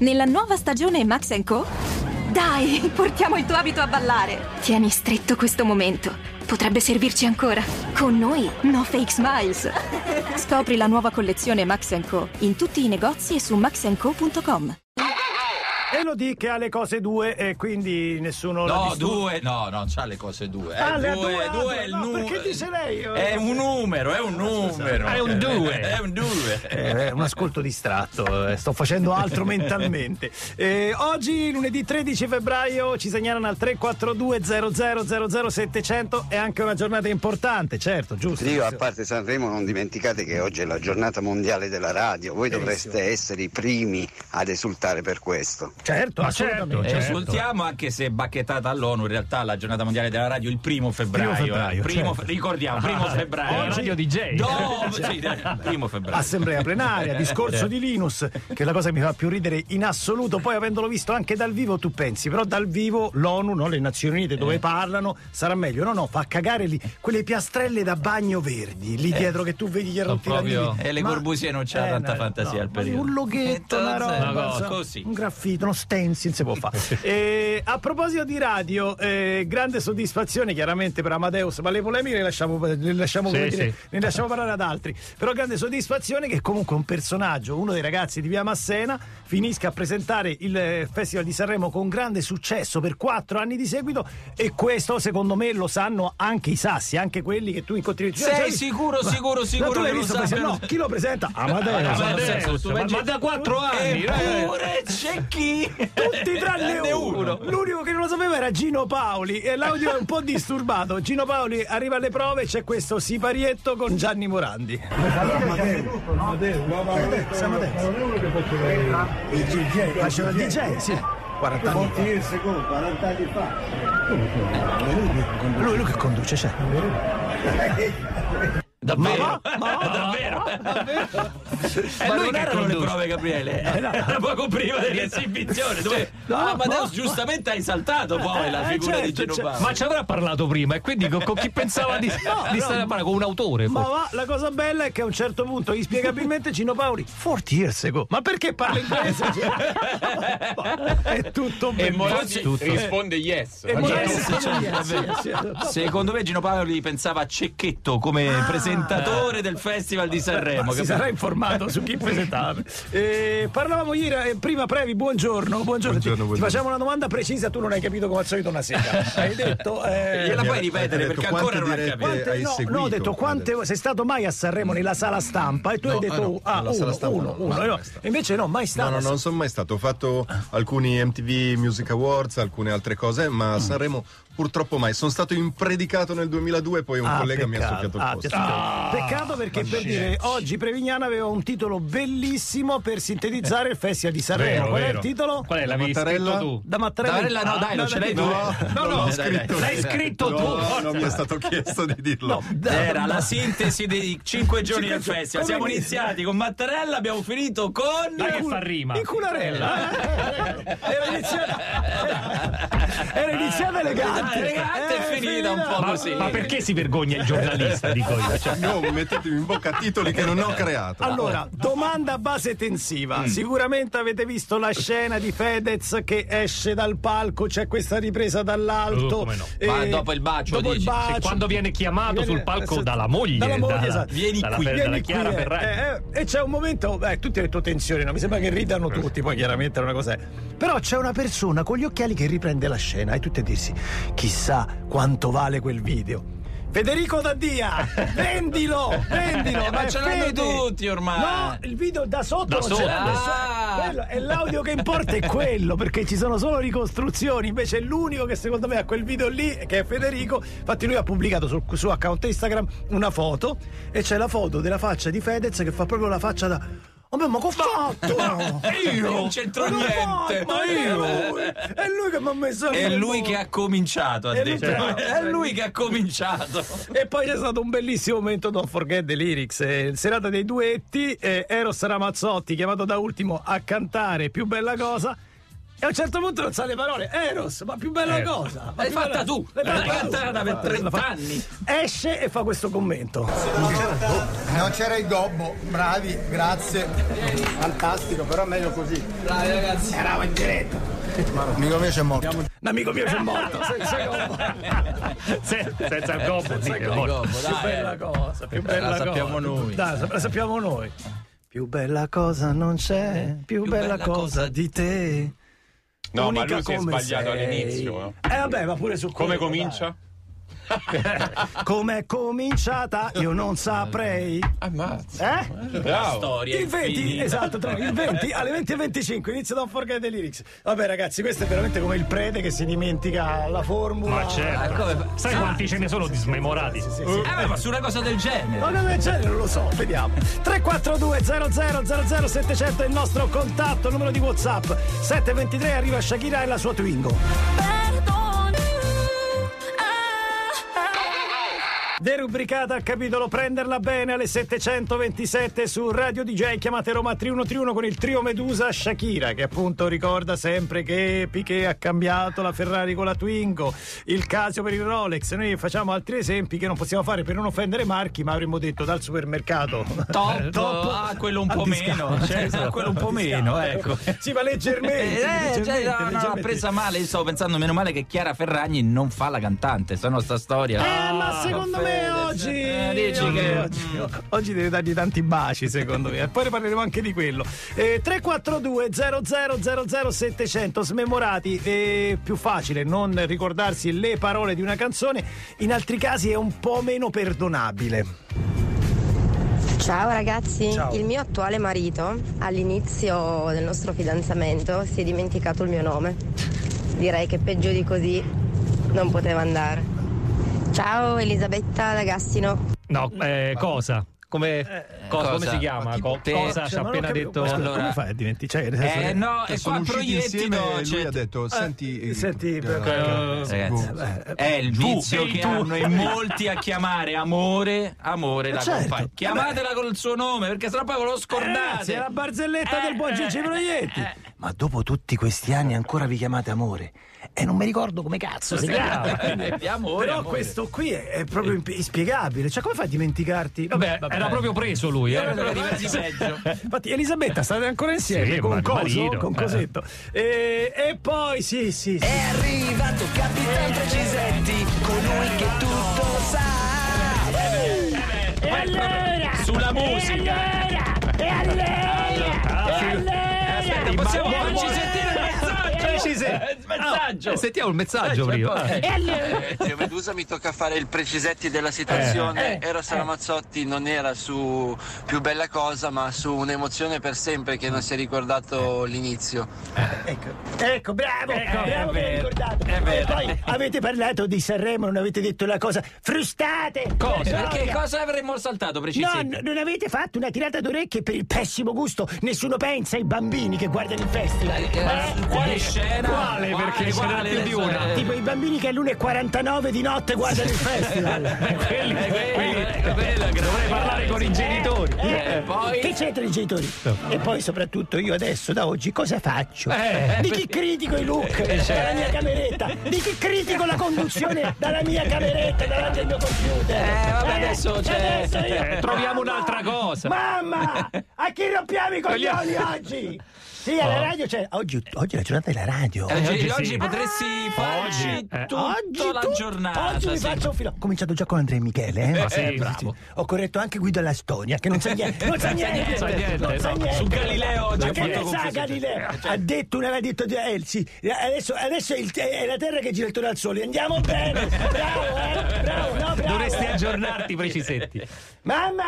Nella nuova stagione Max & Co? Dai, portiamo il tuo abito a ballare. Tieni stretto questo momento. Potrebbe servirci ancora. Con noi, no fake smiles. Scopri la nuova collezione Max & Co in tutti i negozi e su maxandco.com. Elodie che ha le cose due e quindi nessuno no, due, no, non c'ha le cose due. Due è il no, numero. perché dice lei? È un numero. È un due. È un due. È un ascolto distratto, sto facendo altro mentalmente. Oggi, lunedì 13 febbraio, ci segnalano al 342 00 700. È anche una giornata importante, certo, giusto? Io, a parte Sanremo, non dimenticate che oggi è la giornata mondiale della radio. Voi dovreste essere i primi ad esultare per questo. Certo, assolutamente. Esultiamo, anche se bacchettata all'ONU, in realtà la giornata mondiale della radio il 1 febbraio. Certo. Ricordiamo, 1 febbraio. Oggi Radio DJ. Primo febbraio. Assemblea plenaria, discorso di Linus, che è la cosa che mi fa più ridere in assoluto. Poi, avendolo visto anche dal vivo, tu pensi, però dal vivo l'ONU, no, le Nazioni Unite dove parlano, sarà meglio. No, fa cagare lì quelle piastrelle da bagno verdi lì dietro che tu vedi gli arrottinamenti. E Le Corbusier non c'ha tanta fantasia al periodo. Un loghetto, una roba, così. un graffito, uno stencil si può fare. A proposito di radio, grande soddisfazione chiaramente per Amadeus, ma le polemiche le lasciamo parlare ad altri. Però grande soddisfazione che comunque un personaggio, uno dei ragazzi di Via Massena, finisca a presentare il Festival di Sanremo con grande successo per 4 anni di seguito, e questo secondo me lo sanno anche i sassi, anche quelli che tu incontri. Sei sicuro tu l'hai visto no, chi lo presenta? Amadeus. Ma da 4 anni. Eppure c'è chi? Tutti tranne uno. L'unico che non lo sapeva era Gino Paoli, e l'audio è un po' disturbato. Gino Paoli arriva alle prove e c'è questo siparietto con Gianni Morandi. Faceva il DJ, sì. 40 anni fa. Lui che conduce, c'è. Davvero? Davvero? Ma non erano le prove, Gabriele? Era poco prima dell'esibizione dove Amadeus giustamente hai saltato poi la figura di Gino Paoli. Ma ci avrà parlato prima, e quindi con chi pensava di stare a parlare con un autore? La cosa bella è che a un certo punto inspiegabilmente Gino Paoli 40 years ago. Ma perché parla inglese? È tutto bello. Risponde yes. Secondo me Gino Paoli pensava a Cecchetto come presentatore del Festival di Sanremo. Si sarà informato su chi presentava. Parlavamo ieri, prima Previ, buongiorno. Ti facciamo una domanda precisa, tu non hai capito come al solito una sega. Hai detto gliela puoi ripetere perché ancora non hai capito. Ho detto sei stato mai a Sanremo nella sala stampa, e tu hai detto uno. Invece no, mai stato. No, non sono mai stato. Ho fatto alcuni MTV Music Awards, alcune altre cose, ma a Sanremo purtroppo mai. Sono stato impredicato nel 2002, poi un collega mi ha soffiato il posto. Peccato, perché per dire, oggi Prevignano aveva un titolo bellissimo per sintetizzare il Festival di Sanremo. Qual è il titolo? Qual è? L'avevi scritto tu? Da Mattarella? No, dai, non ce l'hai tu. No, l'hai scritto tu. Non mi è stato chiesto di dirlo. Era la sintesi dei 5 giorni del festival. Siamo iniziati con Mattarella, abbiamo finito con che fa rima. In Cularella. Era iniziata elegante. Elegante e finita un po' così. Ma perché si vergogna il giornalista, dico io? No, mettetemi in bocca titoli che non ho creato. Allora, domanda a base tensiva. Sicuramente avete visto la scena di Fedez che esce dal palco, c'è questa ripresa dall'alto. Come no? Ma dopo il bacio, dici? Quando viene chiamato sul palco dalla moglie. Esatto. Vieni qui. Dalla Chiara Ferragni. E c'è un momento, tutti hanno detto tensione, no? Mi sembra che ridano tutti, poi chiaramente è una cosa. Però c'è una persona con gli occhiali che riprende la scena, e tutti a dirsi: chissà quanto vale quel video. Federico D'Addia, vendilo! Ma ce l'hanno tutti ormai. No, il video da sotto non ce l'hanno. E l'audio che importa è quello, perché ci sono solo ricostruzioni. Invece l'unico che secondo me ha quel video lì, che è Federico. Infatti lui ha pubblicato sul suo account Instagram una foto, e c'è la foto della faccia di Fedez che fa proprio la faccia da... ma che ho fatto? Io non c'entro niente. Ma io? È lui che mi ha messo. È lui che ha cominciato, ha detto. È lui che ha cominciato. E poi c'è stato un bellissimo momento, Don't Forget the Lyrics, serata dei duetti, Eros Ramazzotti chiamato da ultimo a cantare Più bella cosa. E a un certo punto non sa le parole. Eros, ma più bella cosa. L'hai fatta tu. L'hai cantata per 30 anni. Esce e fa questo commento. Non c'era il gobbo, bravi, grazie. Fantastico, però meglio così. Bravi ragazzi. Eravamo in diretta. Amico mio c'è morto. Un amico mio c'è morto senza gobbo. Senza il gobbo, sì, Più Bella cosa, più bella cosa. sappiamo noi. Dai, la sappiamo noi. Più bella cosa non c'è, più bella cosa di te. No, Unica ma lui si è come sbagliato sei. all'inizio. Vabbè, ma pure su Come quello, comincia? Com'è cominciata io non saprei. Ammazza. La storia. Il 20, esatto, il 20 alle 20:25 inizia Don't Forget the Lyrics. Vabbè ragazzi, questo è veramente come il prete che si dimentica la formula. Ma certo. Sai quanti ce ne sono di smemorati? Sì. Ma su una cosa del genere. Ma del genere non lo so, vediamo. 342 00 700 è il nostro contatto, il numero di WhatsApp. 723 arriva Shakira e la sua Twingo. Derubricata al capitolo Prenderla bene alle 727 su Radio DJ. Chiamate Roma 3131 con il trio Medusa. Shakira che appunto ricorda sempre che Piqué ha cambiato la Ferrari con la Twingo, il Casio per il Rolex. Noi facciamo altri esempi che non possiamo fare per non offendere marchi, ma avremmo detto dal supermercato Top. Quello un po' meno. Certo, quello un po' meno, ecco. Sì, ma leggermente. No, presa male. Io stavo pensando, meno male che Chiara Ferragni non fa la cantante, se no sta storia. Ma secondo me oggi deve dargli tanti baci, secondo me. Poi ne parleremo anche di quello. 342 00 700 smemorati. È più facile non ricordarsi le parole di una canzone, in altri casi è un po' meno perdonabile. Ciao ragazzi, Ciao. Il mio attuale marito all'inizio del nostro fidanzamento si è dimenticato il mio nome. Direi che peggio di così non poteva andare. Ciao Elisabetta D'Agostino. No, cosa? Come si chiama? Cosa ci ha appena detto? Come fai a dimenticare? No, e sono qua usciti insieme e lui ha detto senti, ragazzi, è il vizio che hanno in molti a chiamare amore la compagna. Chiamatela col suo nome, perché sennò poi ve lo scordate. È la barzelletta del buon Gigi Proietti. Ma dopo tutti questi anni ancora vi chiamate amore? E non mi ricordo come cazzo si chiama. Però questo qui è proprio inspiegabile. Cioè, come fai a dimenticarti? Vabbè, era proprio preso lui. Infatti, Elisabetta, state ancora insieme con Cosetto. E poi sì. È arrivato Capitan Precisetti, colui che tutto sa. E allora? Sulla musica. E allora? Aspetta, possiamo farci sentire il messaggio. Sentiamo il messaggio prima. Zio Medusa, mi tocca fare il Precisetti della situazione. Eros Ramazzotti non era su Più bella cosa, ma su Un'emozione per sempre, che non si è ricordato l'inizio. Ecco, bravo che l'hai ricordato. vero. Poi avete parlato di Sanremo, non avete detto la cosa. Frustate! Perché cosa avremmo saltato, Precisetti? No, non avete fatto una tirata d'orecchie per il pessimo gusto. Nessuno pensa ai bambini che guardano il festival. Quale scena? Quale? Perché ce n'era più di una. Tipo i bambini che all'1:49 di notte guardano il festival. quelli dovrei parlare con i genitori. Poi? Che c'entrano i genitori? E poi soprattutto io adesso, da oggi, cosa faccio? Di chi critico i look dalla mia cameretta? Di chi critico la conduzione dalla mia cameretta, davanti al mio computer? Vabbè, adesso c'è. Adesso Troviamo un'altra cosa. Mamma! A chi rompiamo i coglioni oggi? Sì, alla radio c'è. Oggi è la giornata della radio. Oggi potresti farci tutta la giornata. Oggi mi faccio un filo. Ho cominciato già con Andrea e Michele. Bravo. Ho corretto anche Guido alla Storia, che non sa niente. Non sa niente. Su Galileo oggi Ma ha che fatto ne sa Galileo? Ha detto sì. Adesso è la Terra che gira intorno al Sole. Andiamo bene. Bravo. Dovresti aggiornarti, Precisetti. Mamma!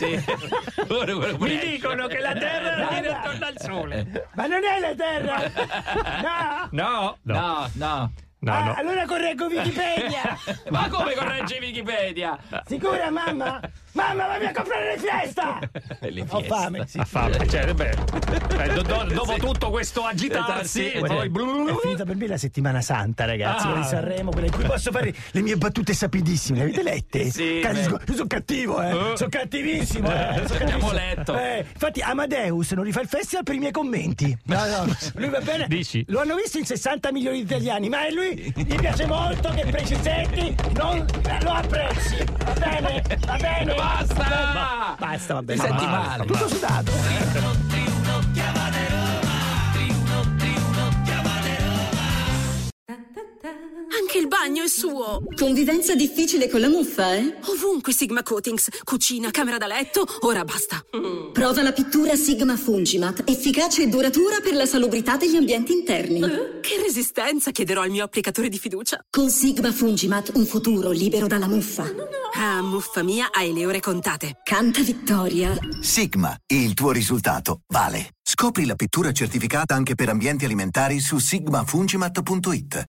Mi dicono che la Terra gira intorno al Sole. Ma non è la Terra! No. Allora correggo Wikipedia! Ma come correggi Wikipedia? Sicura, mamma? Mamma, vai a comprare l'infiesta! Ho fame, sì. Ha fame, cioè, dopo tutto questo agitarsi, è finita per me la settimana santa, ragazzi, quella di Sanremo, quella in cui posso fare le mie battute sapidissime. Le avete lette? Sì, io sono cattivo, sono cattivissimo. Abbiamo letto. Infatti Amadeus non rifà il festival per i miei commenti. No, lui va bene. Dici? Lo hanno visto in 60 milioni di italiani, ma a lui gli piace molto che Precisetti non lo apprezzi. Va bene? Va bene? Basta! Basta, va bene. Ti senti male. Tutto sudato. Anche il bagno è suo. Convivenza difficile con la muffa, eh? Ovunque Sigma Coatings. Cucina, camera da letto, ora basta. Prova la pittura Sigma Fungimat, efficace e duratura per la salubrità degli ambienti interni. Che resistenza, chiederò al mio applicatore di fiducia. Con Sigma Fungimat un futuro libero dalla muffa. Ah, muffa mia, hai le ore contate. Canta vittoria. Sigma, il tuo risultato vale. Scopri la pittura certificata anche per ambienti alimentari su sigmafungimat.it.